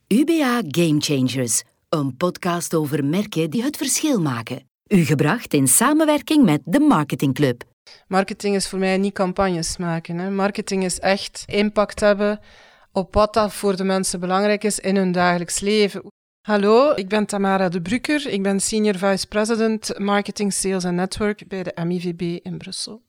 UBA Game Changers, een podcast over merken die het verschil maken. U gebracht in samenwerking met de Marketing Club. Marketing is voor mij niet campagnes maken. Hè. Marketing is echt impact hebben op wat dat voor de mensen belangrijk is in hun dagelijks leven. Hallo, ik ben Tamara de Brucker. Ik ben Senior Vice President Marketing, Sales en Network bij de MIVB in Brussel.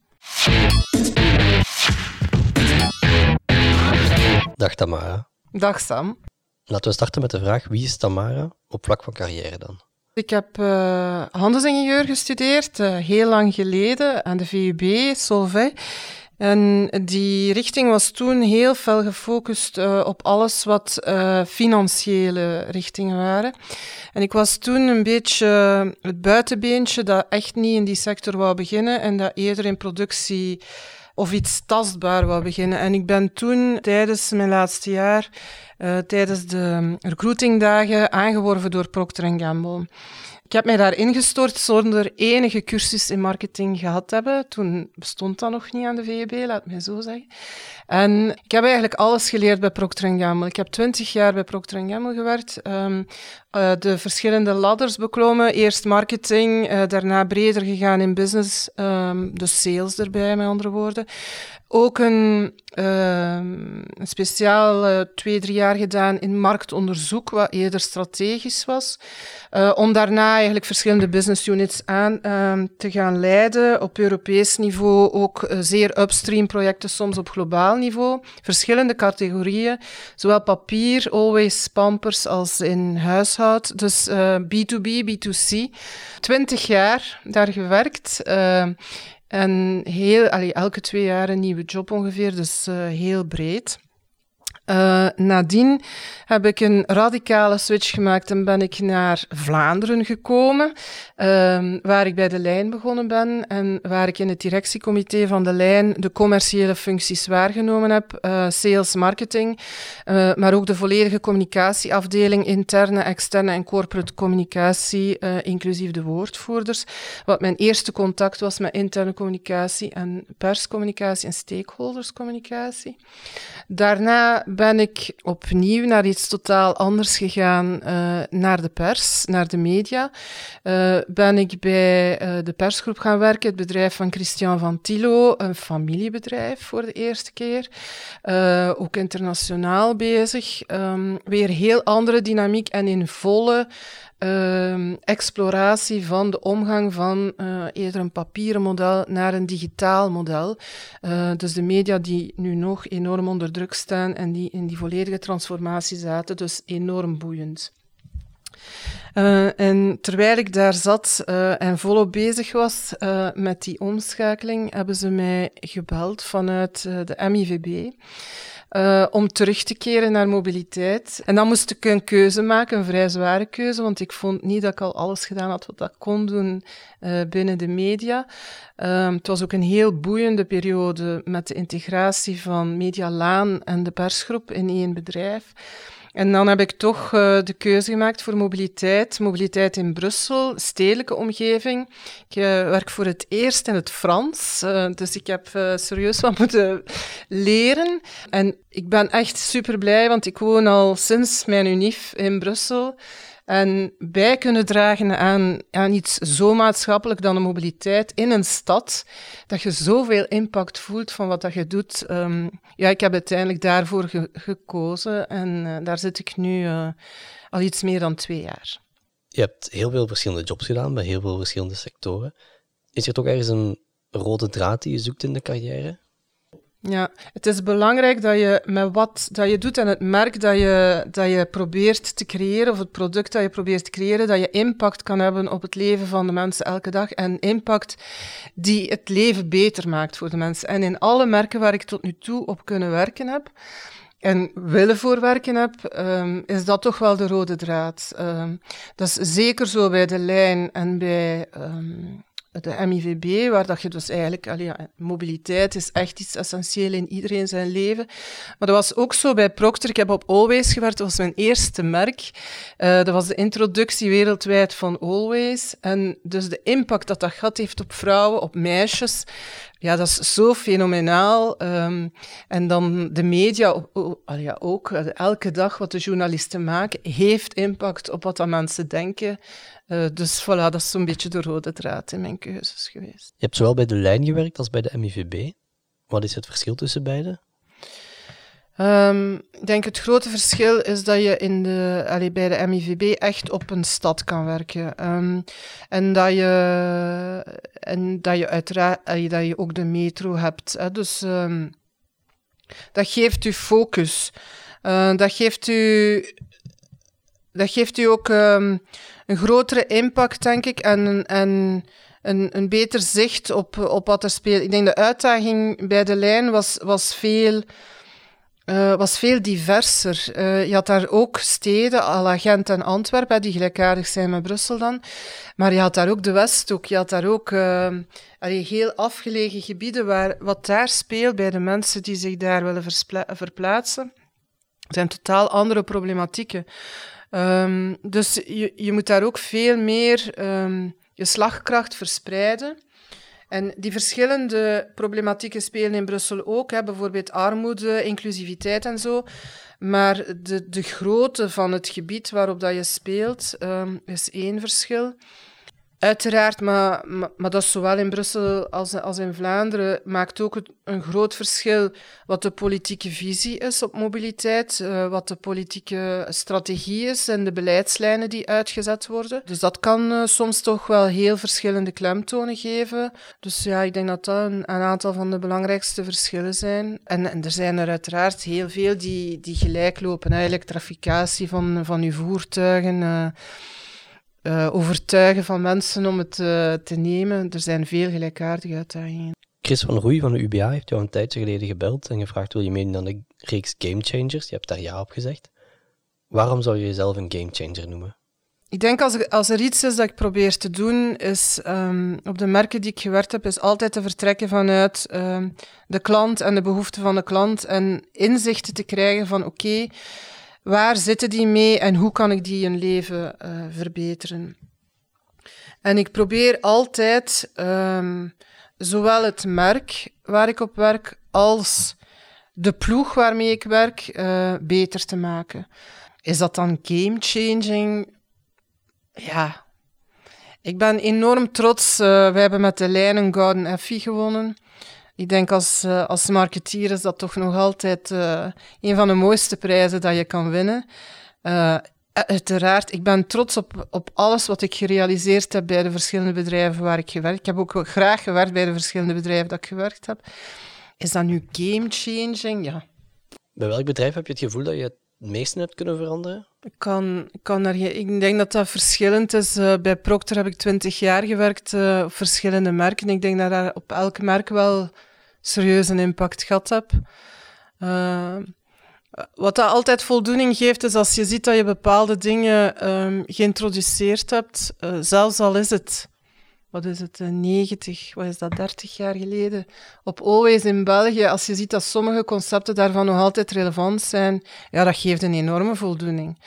Dag Tamara. Dag Sam. Laten we starten met de vraag, wie is Tamara op vlak van carrière dan? Ik heb handelsingenieur gestudeerd, heel lang geleden, aan de VUB, Solvay. En die richting was toen heel fel gefocust op alles wat financiële richtingen waren. En ik was toen een beetje het buitenbeentje dat echt niet in die sector wou beginnen en dat eerder in productie of iets tastbaar wou beginnen. En ik ben toen tijdens mijn laatste jaar, tijdens de recruitingdagen, aangeworven door Procter & Gamble. Ik heb mij daar ingestort zonder enige cursus in marketing gehad te hebben. Toen bestond dat nog niet aan de VUB, laat mij zo zeggen. En ik heb eigenlijk alles geleerd bij Procter & Gamble. Ik heb 20 jaar bij Procter & Gamble gewerkt. De verschillende ladders beklommen. Eerst marketing, daarna breder gegaan in business. Dus sales erbij, met andere woorden. Ook een speciaal 2-3 jaar gedaan in marktonderzoek, wat eerder strategisch was. Om daarna eigenlijk verschillende business units aan te gaan leiden. Op Europees niveau ook zeer upstream projecten, soms op globaal niveau. Verschillende categorieën, zowel papier, always pampers als in huishoud. Dus B2B, B2C. 20 jaar daar gewerkt. En elke 2 jaar een nieuwe job ongeveer, dus heel breed. Nadien heb ik een radicale switch gemaakt en ben ik naar Vlaanderen gekomen, waar ik bij De Lijn begonnen ben en waar ik in het directiecomité van De Lijn de commerciële functies waargenomen heb, sales, marketing, maar ook de volledige communicatieafdeling, interne, externe en corporate communicatie, inclusief de woordvoerders. Wat mijn eerste contact was met interne communicatie en perscommunicatie en stakeholderscommunicatie. Daarna ben ik opnieuw naar iets totaal anders gegaan, naar de pers, naar de media. Ben ik bij de persgroep gaan werken, het bedrijf van Christian van Thilo, een familiebedrijf voor de eerste keer. Ook internationaal bezig. Weer heel andere dynamiek en in volle exploratie van de omgang van eerder een papieren model naar een digitaal model. Dus de media die nu nog enorm onder druk staan en die in die volledige transformatie zaten, dus enorm boeiend. En terwijl ik daar zat en volop bezig was met die omschakeling, hebben ze mij gebeld vanuit de MIVB. Om terug te keren naar mobiliteit. En dan moest ik een keuze maken, een vrij zware keuze, want ik vond niet dat ik al alles gedaan had wat ik kon doen binnen de media. Het was ook een heel boeiende periode met de integratie van Media Laan en de persgroep in één bedrijf. En dan heb ik toch de keuze gemaakt voor mobiliteit. Mobiliteit in Brussel, stedelijke omgeving. Ik werk voor het eerst in het Frans, dus ik heb serieus wat moeten leren. En ik ben echt super blij, want ik woon al sinds mijn UNIF in Brussel. En bij kunnen dragen aan iets zo maatschappelijk dan de mobiliteit in een stad, dat je zoveel impact voelt van wat dat je doet. Ik heb uiteindelijk daarvoor gekozen en daar zit ik nu al iets meer dan 2 jaar. Je hebt heel veel verschillende jobs gedaan bij heel veel verschillende sectoren. Is er toch ergens een rode draad die je zoekt in de carrière? Ja, het is belangrijk dat je met wat dat je doet en het merk dat je probeert te creëren, of het product dat je probeert te creëren, dat je impact kan hebben op het leven van de mensen elke dag en impact die het leven beter maakt voor de mensen. En in alle merken waar ik tot nu toe op kunnen werken heb en willen voor werken heb, is dat toch wel de rode draad. Dat is zeker zo bij De Lijn en bij de MIVB, waar dat je dus eigenlijk... mobiliteit is echt iets essentieel in iedereen zijn leven. Maar dat was ook zo bij Procter. Ik heb op Always gewerkt, dat was mijn eerste merk. Dat was de introductie wereldwijd van Always. En dus de impact dat dat gehad heeft op vrouwen, op meisjes... Ja, dat is zo fenomenaal. En dan de media ook. Elke dag wat de journalisten maken, heeft impact op wat dat mensen denken. Dus voilà, dat is zo'n beetje de rode draad in mijn keuzes geweest. Je hebt zowel bij de lijn gewerkt als bij de MIVB. Wat is het verschil tussen beide? Ik denk het grote verschil is dat je bij de MIVB echt op een stad kan werken. En dat je uiteraard dat je ook de metro hebt. Hè. Dus dat geeft u focus. Dat geeft u ook een grotere impact, denk ik, en een beter zicht op wat er speelt. Ik denk de uitdaging bij de lijn was veel diverser. Je had daar ook steden, à la Gent en Antwerpen, die gelijkaardig zijn met Brussel dan. Maar je had daar ook de Westhoek. Je had daar ook heel afgelegen gebieden wat daar speelt bij de mensen die zich daar willen verplaatsen. Er zijn totaal andere problematieken. Dus je moet daar ook veel meer je slagkracht verspreiden. En die verschillende problematieken spelen in Brussel ook, hè, bijvoorbeeld armoede, inclusiviteit en zo. Maar de grootte van het gebied waarop dat je speelt is één verschil. Uiteraard, maar dat is zowel in Brussel als in Vlaanderen, maakt ook een groot verschil wat de politieke visie is op mobiliteit, wat de politieke strategie is en de beleidslijnen die uitgezet worden. Dus dat kan soms toch wel heel verschillende klemtonen geven. Dus ja, ik denk dat dat een aantal van de belangrijkste verschillen zijn. En er zijn er uiteraard heel veel die gelijk lopen. Hè. Elektrificatie van uw voertuigen... overtuigen van mensen om het te nemen. Er zijn veel gelijkaardige uitdagingen. Chris van Roei van de UBA heeft jou een tijdje geleden gebeld en gevraagd: wil je meedoen aan de reeks Game Changers? Je hebt daar ja op gezegd. Waarom zou je jezelf een game changer noemen? Ik denk als er iets is dat ik probeer te doen, is op de merken die ik gewerkt heb, is altijd te vertrekken vanuit de klant en de behoeften van de klant en inzichten te krijgen van oké, waar zitten die mee en hoe kan ik die hun leven verbeteren? En ik probeer altijd zowel het merk waar ik op werk als de ploeg waarmee ik werk beter te maken. Is dat dan game-changing? Ja. Ik ben enorm trots. Wij hebben met de lijn een Gouden Effie gewonnen. Ik denk als marketeer is dat toch nog altijd een van de mooiste prijzen dat je kan winnen. Uiteraard, ik ben trots op alles wat ik gerealiseerd heb bij de verschillende bedrijven waar ik gewerkt heb. Ik heb ook graag gewerkt bij de verschillende bedrijven dat ik gewerkt heb. Is dat nu game-changing? Ja. Bij welk bedrijf heb je het gevoel dat je het meeste hebt kunnen veranderen? Ik denk dat dat verschillend is. Bij Procter heb ik 20 jaar gewerkt op verschillende merken. Ik denk dat ik op elk merk wel serieus een impact gehad heb. Wat dat altijd voldoening geeft, is als je ziet dat je bepaalde dingen geïntroduceerd hebt, zelfs al is het, 30 jaar geleden, op Always in België, als je ziet dat sommige concepten daarvan nog altijd relevant zijn, ja, dat geeft een enorme voldoening.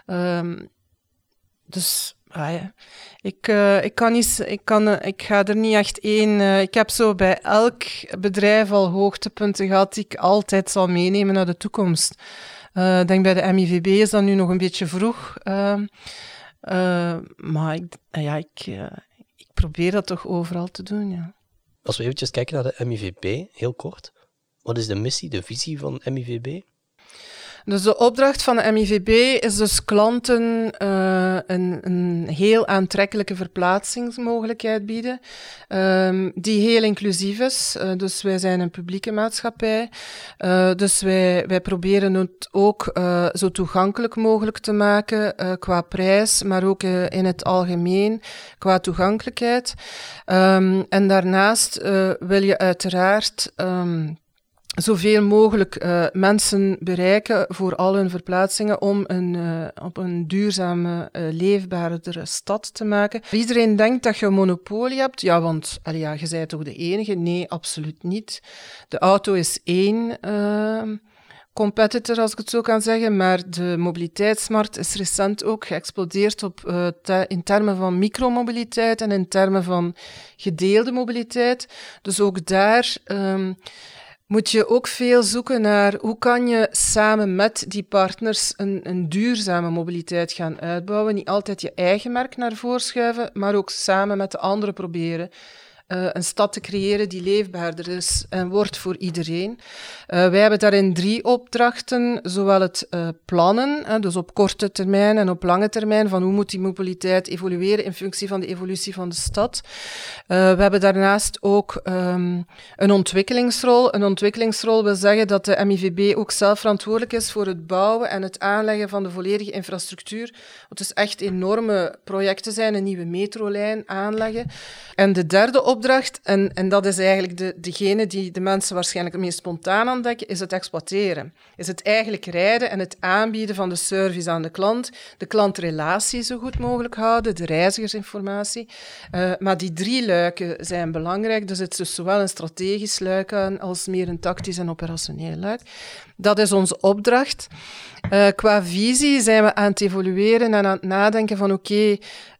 Ik ga er niet echt één... ik heb zo bij elk bedrijf al hoogtepunten gehad die ik altijd zal meenemen naar de toekomst. Ik denk bij de MIVB is dat nu nog een beetje vroeg. Maar ik probeer dat toch overal te doen, ja. Als we eventjes kijken naar de MIVB, heel kort. Wat is de missie, de visie van MIVB? Dus de opdracht van de MIVB is dus klanten een heel aantrekkelijke verplaatsingsmogelijkheid bieden, die heel inclusief is. Dus wij zijn een publieke maatschappij. Dus wij proberen het ook zo toegankelijk mogelijk te maken qua prijs, maar ook in het algemeen qua toegankelijkheid. En daarnaast wil je uiteraard zoveel mogelijk mensen bereiken voor al hun verplaatsingen om op een duurzame, leefbaardere stad te maken. Iedereen denkt dat je een monopolie hebt. Ja, want je bent toch de enige? Nee, absoluut niet. De auto is één competitor, als ik het zo kan zeggen, maar de mobiliteitsmarkt is recent ook geëxplodeerd in termen van micromobiliteit en in termen van gedeelde mobiliteit. Dus ook daar moet je ook veel zoeken naar hoe kan je samen met die partners een duurzame mobiliteit gaan uitbouwen. Niet altijd je eigen merk naar voren schuiven, maar ook samen met de anderen proberen een stad te creëren die leefbaarder is en wordt voor iedereen. Wij hebben daarin 3 opdrachten, zowel het plannen, dus op korte termijn en op lange termijn, van hoe moet die mobiliteit evolueren in functie van de evolutie van de stad. We hebben daarnaast ook een ontwikkelingsrol. Een ontwikkelingsrol wil zeggen dat de MIVB ook zelf verantwoordelijk is voor het bouwen en het aanleggen van de volledige infrastructuur. Wat dus echt enorme projecten zijn, een nieuwe metrolijn aanleggen. En de derde opdracht, en dat is eigenlijk degene die de mensen waarschijnlijk het meest spontaan ontdekken, is het exploiteren. Is het eigenlijk rijden en het aanbieden van de service aan de klantrelatie zo goed mogelijk houden, de reizigersinformatie. Maar die 3 luiken zijn belangrijk. Er zit dus zowel een strategisch luik aan als meer een tactisch en operationeel luik. Dat is onze opdracht. Qua visie zijn we aan het evolueren en aan het nadenken van oké,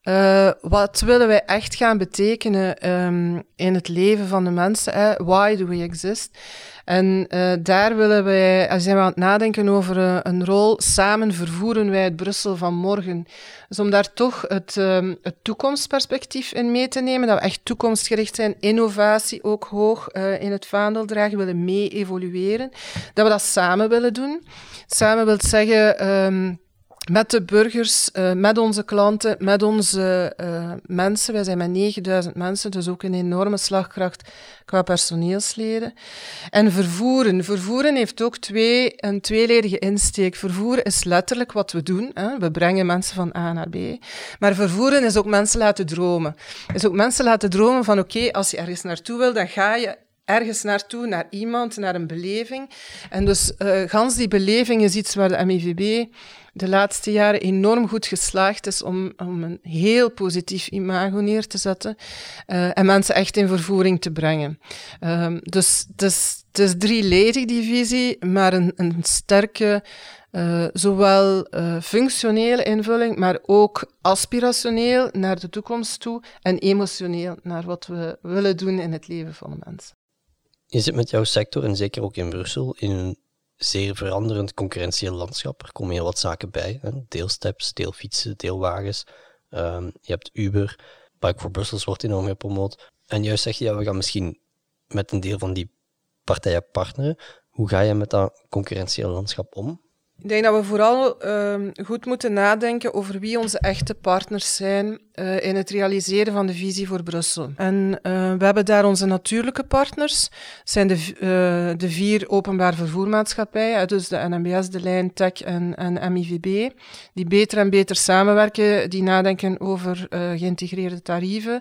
wat willen wij echt gaan betekenen in het leven van de mensen? Why do we exist? En daar zijn we aan het nadenken over een rol. Samen vervoeren wij het Brussel van morgen. Dus om daar toch het toekomstperspectief in mee te nemen, dat we echt toekomstgericht zijn, innovatie ook hoog in het vaandel dragen, willen mee evolueren, dat we dat samen willen doen. Samen wil zeggen met de burgers, met onze klanten, met onze mensen. Wij zijn met 9000 mensen, dus ook een enorme slagkracht qua personeelsleden. En vervoeren heeft ook een tweeledige insteek. Vervoeren is letterlijk wat we doen. Hè. We brengen mensen van A naar B. Maar vervoeren is ook mensen laten dromen. Is ook mensen laten dromen van oké, als je ergens naartoe wil, dan ga je ergens naartoe, naar iemand, naar een beleving. En dus gans die beleving is iets waar de MIVB de laatste jaren enorm goed geslaagd is om een heel positief imago neer te zetten en mensen echt in vervoering te brengen. Dus het is drieledig, die visie, maar een sterke, zowel functionele invulling, maar ook aspirationeel naar de toekomst toe en emotioneel naar wat we willen doen in het leven van de mensen. Je zit met jouw sector, en zeker ook in Brussel, in een zeer veranderend concurrentieel landschap. Er komen heel wat zaken bij. Hè? Deelsteps, deelfietsen, deelwagens. Je hebt Uber. Bike for Brussels wordt enorm gepromoot. En juist zeg je, we gaan misschien met een deel van die partijen partneren. Hoe ga je met dat concurrentieel landschap om? Ik denk dat we vooral goed moeten nadenken over wie onze echte partners zijn in het realiseren van de visie voor Brussel. En we hebben daar onze natuurlijke partners. Dat zijn de 4 openbaar vervoermaatschappijen, dus de NMBS, de Lijn, Tech en MIVB, die beter en beter samenwerken, die nadenken over geïntegreerde tarieven,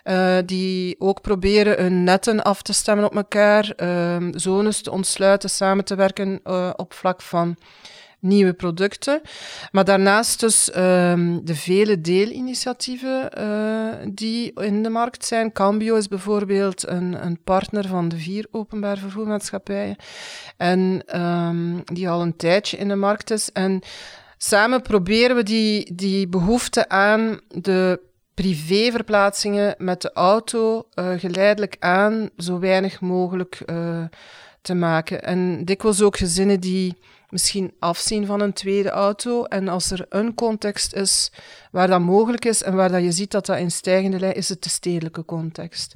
die ook proberen hun netten af te stemmen op elkaar, zones te ontsluiten, samen te werken op vlak van nieuwe producten. Maar daarnaast dus de vele deelinitiatieven die in de markt zijn. Cambio is bijvoorbeeld een partner van de 4 openbaar vervoermaatschappijen en die al een tijdje in de markt is. En samen proberen we die behoefte aan de privéverplaatsingen met de auto geleidelijk aan zo weinig mogelijk te maken. En dikwijls ook gezinnen die misschien afzien van een tweede auto. En als er een context is waar dat mogelijk is en waar dat je ziet dat dat in stijgende lijn is, het de stedelijke context.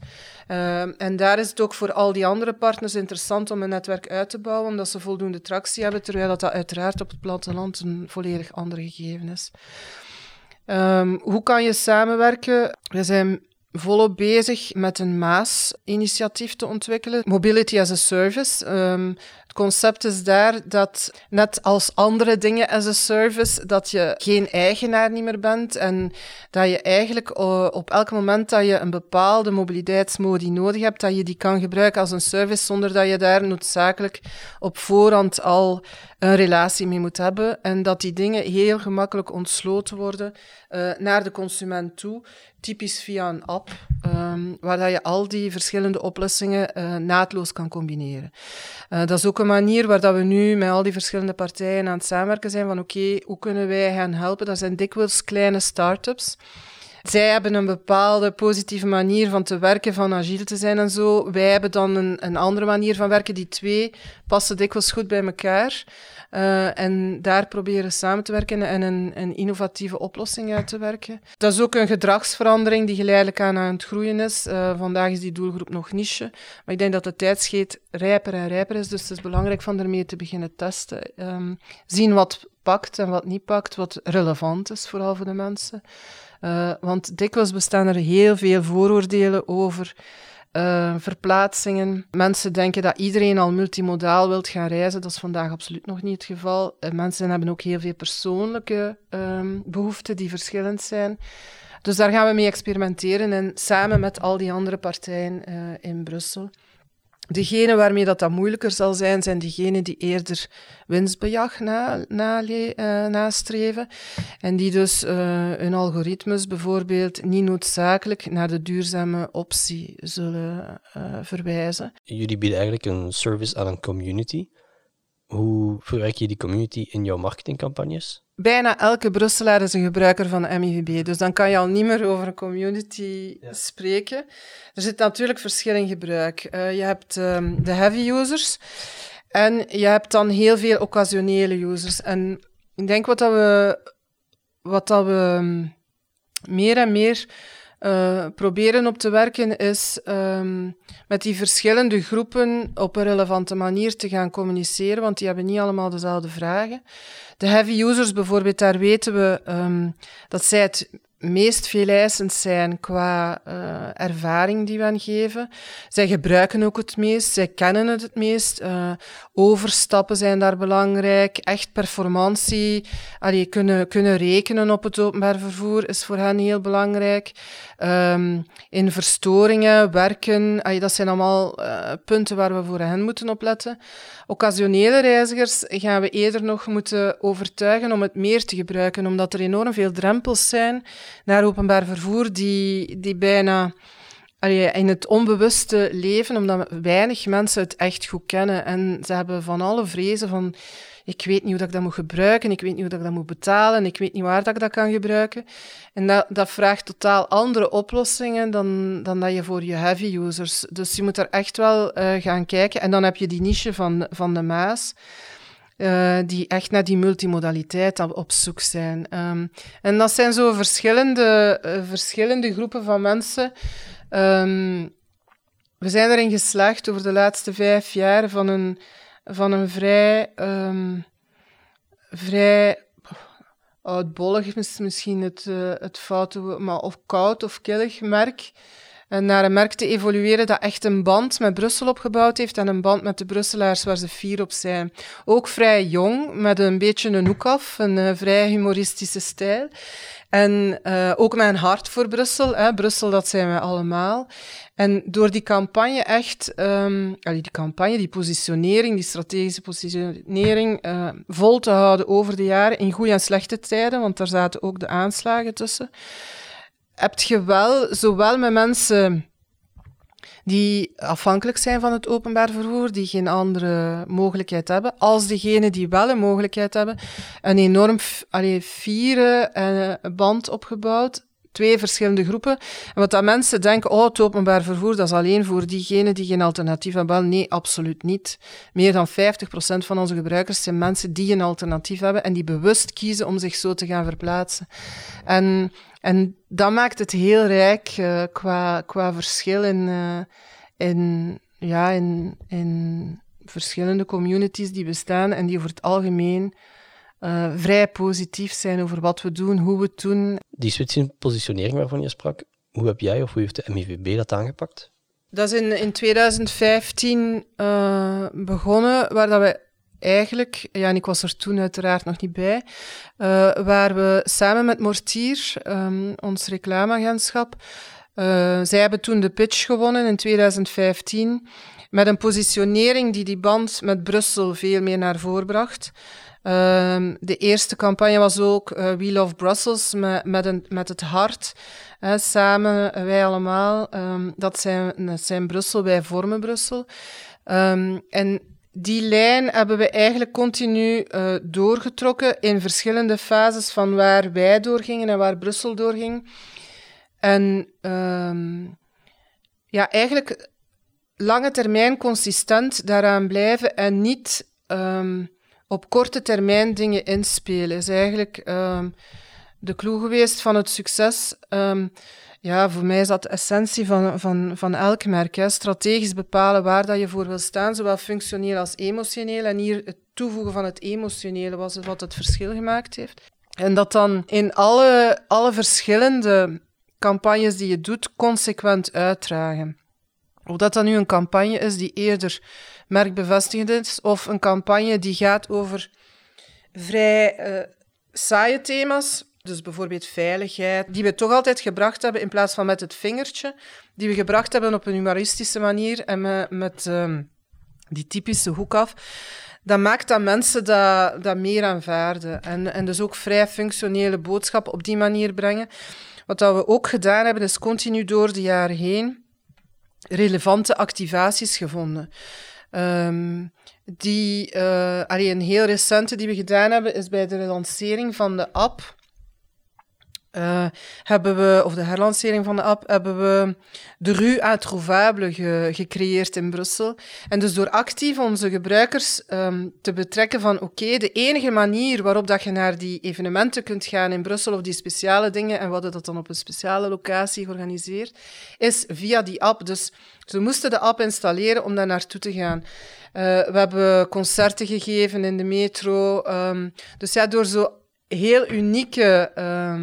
En daar is het ook voor al die andere partners interessant om een netwerk uit te bouwen, omdat ze voldoende tractie hebben, terwijl dat uiteraard op het platteland een volledig ander gegeven is. Hoe kan je samenwerken? We zijn volop bezig met een Maas-initiatief te ontwikkelen. Mobility as a Service. Het concept is daar dat, net als andere dingen as a service, dat je geen eigenaar niet meer bent en dat je eigenlijk op elk moment dat je een bepaalde mobiliteitsmodi nodig hebt, dat je die kan gebruiken als een service zonder dat je daar noodzakelijk op voorhand al een relatie mee moet hebben en dat die dingen heel gemakkelijk ontsloten worden naar de consument toe, typisch via een app, waar dat je al die verschillende oplossingen naadloos kan combineren. Dat is ook een manier waar dat we nu met al die verschillende partijen aan het samenwerken zijn van oké, hoe kunnen wij hen helpen? Dat zijn dikwijls kleine start-ups. Zij hebben een bepaalde positieve manier van te werken, van agile te zijn en zo. Wij hebben dan een andere manier van werken. Die twee passen dikwijls goed bij elkaar. En daar proberen samen te werken en een innovatieve oplossing uit te werken. Dat is ook een gedragsverandering die geleidelijk aan het groeien is. Vandaag is die doelgroep nog niche. Maar ik denk dat de tijdsgeest rijper en rijper is. Dus het is belangrijk van ermee te beginnen testen. Zien wat pakt en wat niet pakt. Wat relevant is, vooral voor de mensen. Want dikwijls bestaan er heel veel vooroordelen over verplaatsingen. Mensen denken dat iedereen al multimodaal wilt gaan reizen. Dat is vandaag absoluut nog niet het geval. Mensen hebben ook heel veel persoonlijke behoeften die verschillend zijn. Dus daar gaan we mee experimenteren en samen met al die andere partijen in Brussel. Degenen waarmee dat moeilijker zal zijn, zijn diegenen die eerder winstbejag nastreven. En die dus hun algoritmes bijvoorbeeld niet noodzakelijk naar de duurzame optie zullen verwijzen. Jullie bieden eigenlijk een service aan een community. Hoe verwerk je die community in jouw marketingcampagnes? Bijna elke Brusselaar is een gebruiker van MIVB, dus dan kan je al niet meer over een community spreken. Er zit natuurlijk verschil in gebruik. Je hebt de heavy users en je hebt dan heel veel occasionele users. En ik denk wat dat we meer en meer proberen op te werken is met die verschillende groepen op een relevante manier te gaan communiceren, want die hebben niet allemaal dezelfde vragen. De heavy users bijvoorbeeld, daar weten we dat zij het meest veeleisend zijn qua ervaring die we hen geven. Zij gebruiken ook het meest, zij kennen het meest. Overstappen zijn daar belangrijk. Echt performantie, kunnen rekenen op het openbaar vervoer is voor hen heel belangrijk. In verstoringen, werken, dat zijn allemaal punten waar we voor hen moeten opletten. Occasionele reizigers gaan we eerder nog moeten overtuigen om het meer te gebruiken, omdat er enorm veel drempels zijn naar openbaar vervoer die bijna in het onbewuste leven, omdat weinig mensen het echt goed kennen. En ze hebben van alle vrezen van ik weet niet hoe ik dat moet gebruiken, ik weet niet hoe ik dat moet betalen, ik weet niet waar ik dat kan gebruiken. En dat vraagt totaal andere oplossingen dan dat je voor je heavy users. Dus je moet er echt wel gaan kijken. En dan heb je die niche van de Maas, die echt naar die multimodaliteit op zoek zijn. En dat zijn zo verschillende groepen van mensen. We zijn erin geslaagd over de laatste 5 jaar van een vrij oudbollig is misschien het foute woord, maar of koud of killig merk. En naar een merk te evolueren dat echt een band met Brussel opgebouwd heeft en een band met de Brusselaars waar ze fier op zijn. Ook vrij jong, met een beetje een hoek af, een vrij humoristische stijl. En ook met een hart voor Brussel. Brussel, dat zijn wij allemaal. En door die campagne echt, die positionering, die strategische positionering, vol te houden over de jaren, in goede en slechte tijden, want daar zaten ook de aanslagen tussen, heb je wel, zowel met mensen die afhankelijk zijn van het openbaar vervoer, die geen andere mogelijkheid hebben, als degenen die wel een mogelijkheid hebben, een enorm fiere band opgebouwd. 2 verschillende groepen. En wat dat mensen denken, het openbaar vervoer, dat is alleen voor diegenen die geen alternatief hebben. Nee, absoluut niet. Meer dan 50% van onze gebruikers zijn mensen die een alternatief hebben en die bewust kiezen om zich zo te gaan verplaatsen. En dat maakt het heel rijk qua verschil in verschillende communities die bestaan en die over het algemeen vrij positief zijn over wat we doen, hoe we het doen. Die switch in positionering waarvan je sprak, Hoe heb jij of hoe heeft de MIVB dat aangepakt? Dat is in 2015 begonnen, waar dat we eigenlijk, en ik was er toen uiteraard nog niet bij, waar we samen met Mortier, ons reclameagentschap, zij hebben toen de pitch gewonnen in 2015, met een positionering die band met Brussel veel meer naar voren bracht. De eerste campagne was ook We Love Brussels, met het hart. Samen, wij allemaal. Dat zijn Brussel, wij vormen Brussel. En die lijn hebben we eigenlijk continu doorgetrokken in verschillende fases van waar wij doorgingen en waar Brussel doorging. En eigenlijk lange termijn consistent daaraan blijven en niet op korte termijn dingen inspelen. Is eigenlijk de clue geweest van het succes. Voor mij is dat de essentie van elk merk. Hè. Strategisch bepalen waar dat je voor wil staan, zowel functioneel als emotioneel. En hier het toevoegen van het emotionele was wat het verschil gemaakt heeft. En dat dan in alle verschillende campagnes die je doet, consequent uitdragen. Of dat dan nu een campagne is die eerder merkbevestigend is, of een campagne die gaat over vrij saaie thema's, dus bijvoorbeeld veiligheid, die we toch altijd gebracht hebben in plaats van met het vingertje, die we gebracht hebben op een humoristische manier en met die typische hoek af. Dat maakt dat mensen dat meer aanvaarden en dus ook vrij functionele boodschappen op die manier brengen. Wat dat we ook gedaan hebben, is continu door de jaren heen relevante activaties gevonden. Een heel recente die we gedaan hebben, is bij de lancering van de app. De herlancering van de app, hebben we de Rue Introuvable gecreëerd in Brussel. En dus door actief onze gebruikers te betrekken van de enige manier waarop dat je naar die evenementen kunt gaan in Brussel of die speciale dingen, en we hadden dat dan op een speciale locatie georganiseerd, is via die app. Dus we moesten de app installeren om daar naartoe te gaan. We hebben concerten gegeven in de metro. Dus door zo heel unieke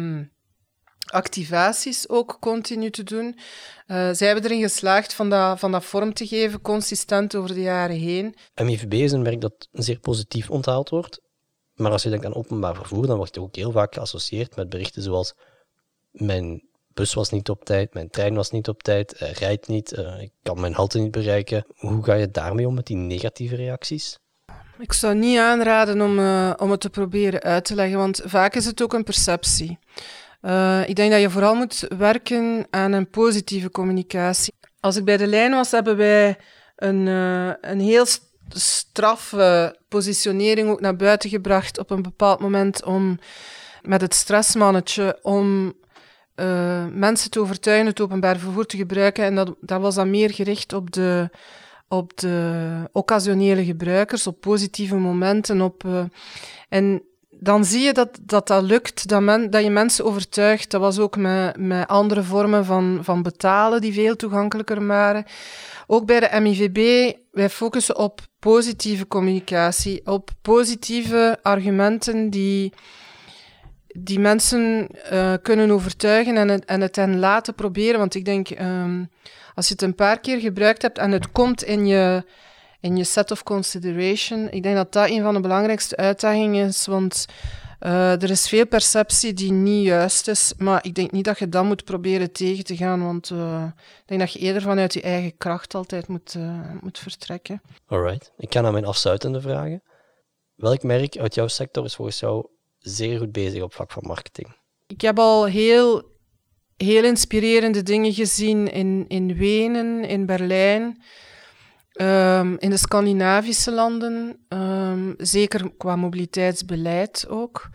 activaties ook continu te doen. Zij hebben erin geslaagd van dat vorm te geven, consistent over de jaren heen. MIVB is een merk dat zeer positief onthaald wordt. Maar als je denkt aan openbaar vervoer, dan wordt het ook heel vaak geassocieerd met berichten zoals mijn bus was niet op tijd, mijn trein was niet op tijd, rijdt niet, ik kan mijn halte niet bereiken. Hoe ga je daarmee om met die negatieve reacties? Ik zou niet aanraden om het te proberen uit te leggen, want vaak is het ook een perceptie. Ik denk dat je vooral moet werken aan een positieve communicatie. Als ik bij de lijn was, hebben wij een heel straffe positionering ook naar buiten gebracht op een bepaald moment met het stressmannetje om mensen te overtuigen het openbaar vervoer te gebruiken. En dat was dan meer gericht op de occasionele gebruikers, op positieve momenten. En dan zie je dat lukt, dat je mensen overtuigt. Dat was ook met andere vormen van betalen die veel toegankelijker waren. Ook bij de MIVB, wij focussen op positieve communicatie, op positieve argumenten die mensen kunnen overtuigen en het hen laten proberen. Want ik denk, als je het een paar keer gebruikt hebt en het komt in je set of consideration, ik denk dat dat een van de belangrijkste uitdagingen is, want er is veel perceptie die niet juist is, maar ik denk niet dat je dat moet proberen tegen te gaan, want ik denk dat je eerder vanuit je eigen kracht altijd moet vertrekken. Alright, ik ga naar mijn afsluitende vragen. Welk merk uit jouw sector is volgens jou zeer goed bezig op vlak van marketing? Ik heb al heel inspirerende dingen gezien in Wenen, in Berlijn, in de Scandinavische landen, zeker qua mobiliteitsbeleid ook.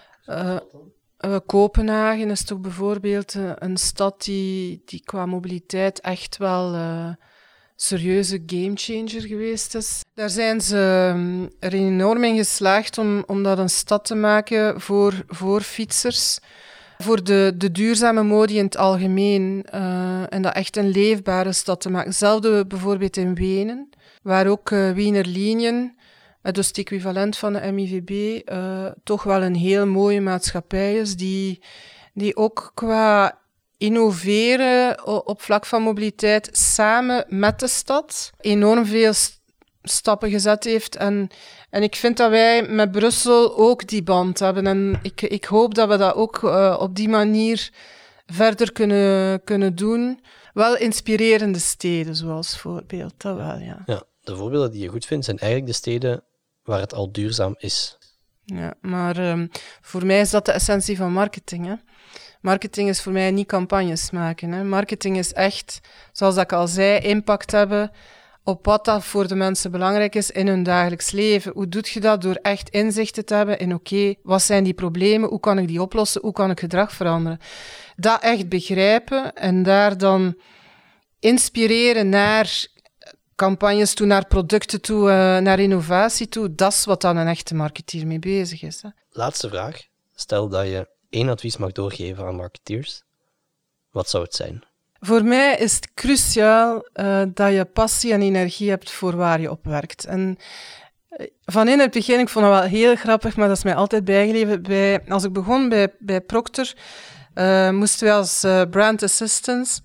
Kopenhagen is toch bijvoorbeeld een stad die qua mobiliteit echt wel serieuze gamechanger geweest is. Daar zijn ze er enorm in geslaagd om dat een stad te maken voor fietsers. Voor de duurzame modi in het algemeen. En dat echt een leefbare stad te maken. Hetzelfde bijvoorbeeld in Wenen, waar ook Wiener Linien, dus het equivalent van de MIVB, toch wel een heel mooie maatschappij is, die ook qua innoveren op vlak van mobiliteit samen met de stad. Enorm veel stappen gezet heeft. En ik vind dat wij met Brussel ook die band hebben. En ik hoop dat we dat ook op die manier verder kunnen doen. Wel inspirerende steden, zoals voorbeeld. Dat wel, ja. Ja, de voorbeelden die je goed vindt, zijn eigenlijk de steden waar het al duurzaam is. Ja, maar voor mij is dat de essentie van marketing, hè. Marketing is voor mij niet campagnes maken, hè. Marketing is echt, zoals ik al zei, impact hebben op wat dat voor de mensen belangrijk is in hun dagelijks leven. Hoe doe je dat? Door echt inzichten te hebben in oké, wat zijn die problemen? Hoe kan ik die oplossen? Hoe kan ik gedrag veranderen? Dat echt begrijpen en daar dan inspireren naar campagnes toe, naar producten toe, naar innovatie toe. Dat is wat dan een echte marketeer mee bezig is. Hè. Laatste vraag. Stel dat je 1 advies mag doorgeven aan marketeers. Wat zou het zijn? Voor mij is het cruciaal dat je passie en energie hebt voor waar je op werkt. En van in het begin, ik vond dat wel heel grappig, maar dat is mij altijd bijgebleven. Als ik begon bij Procter, moesten wij als brand assistants...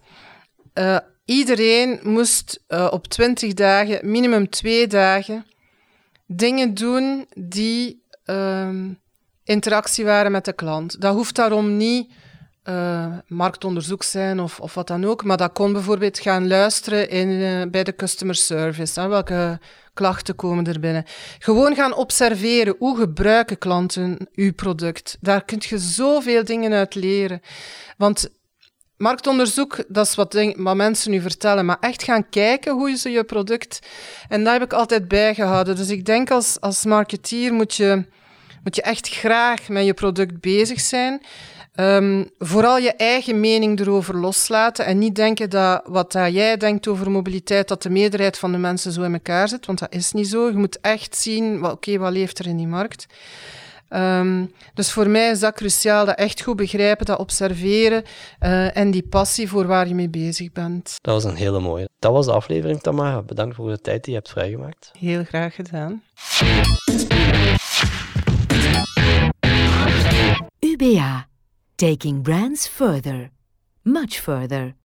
iedereen moest op 20 dagen, minimum 2 dagen, dingen doen die interactie waren met de klant. Dat hoeft daarom niet marktonderzoek zijn of wat dan ook, maar dat kon bijvoorbeeld gaan luisteren bij de customer service. Hè, welke klachten komen er binnen? Gewoon gaan observeren, hoe gebruiken klanten uw product? Daar kun je zoveel dingen uit leren. Want marktonderzoek, dat is wat mensen nu vertellen, maar echt gaan kijken hoe ze je product... En dat heb ik altijd bijgehouden. Dus ik denk als marketeer moet je echt graag met je product bezig zijn. Vooral je eigen mening erover loslaten en niet denken dat wat jij denkt over mobiliteit, dat de meerderheid van de mensen zo in elkaar zit, want dat is niet zo. Je moet echt zien, wat leeft er in die markt? Dus voor mij is dat cruciaal, dat echt goed begrijpen, dat observeren en die passie voor waar je mee bezig bent. Dat was een hele mooie. Dat was de aflevering, Tamara. Bedankt voor de tijd die je hebt vrijgemaakt. Heel graag gedaan. UBA. Taking brands further. Much further.